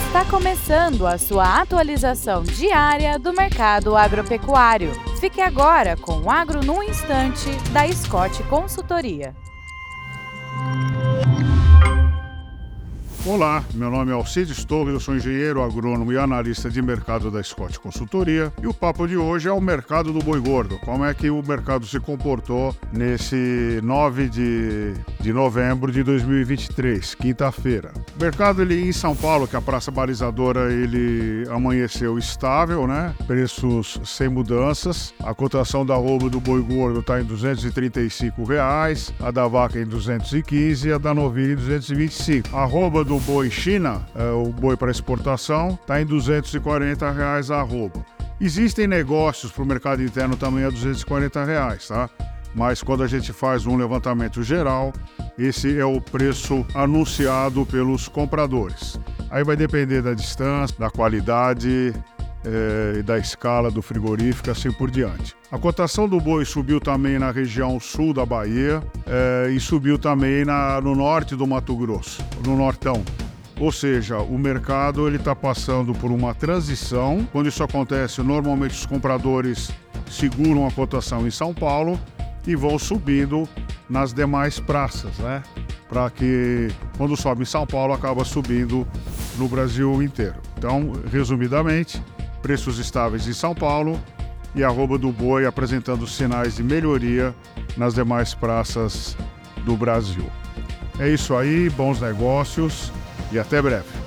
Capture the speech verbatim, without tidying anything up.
Está começando a sua atualização diária do mercado agropecuário. Fique agora com o Agro no Instante, da Scott Consultoria. Olá, meu nome é Alcides Torres, eu sou engenheiro agrônomo e analista de mercado da Scott Consultoria e o papo de hoje é o mercado do boi gordo. Como é que o mercado se comportou nesse nove de, de novembro de dois mil e vinte e três, quinta-feira. O mercado ele, em São Paulo, que é a praça balizadora, ele amanheceu estável, né? Preços sem mudanças. A cotação da arroba do boi gordo está em duzentos e trinta e cinco reais, a da vaca em duzentos e quinze e a da novilha em duzentos e vinte e cinco. A arroba do boi China, é, o boi para exportação, está em duzentos e quarenta reais a arroba. Existem negócios para o mercado interno também a duzentos e quarenta reais, tá? Mas quando a gente faz um levantamento geral, esse é o preço anunciado pelos compradores. Aí vai depender da distância, da qualidade é, e da escala do frigorífico, assim por diante. A cotação do boi subiu também na região sul da Bahia é, e subiu também na, no norte do Mato Grosso, no Nortão. Ou seja, o mercado está passando por uma transição. Quando isso acontece, normalmente os compradores seguram a cotação em São Paulo e vão subindo nas demais praças, né? Para que, quando sobe em São Paulo, acaba subindo no Brasil inteiro. Então, resumidamente, preços estáveis em São Paulo e a arroba do boi apresentando sinais de melhoria nas demais praças do Brasil. É isso aí, bons negócios e até breve.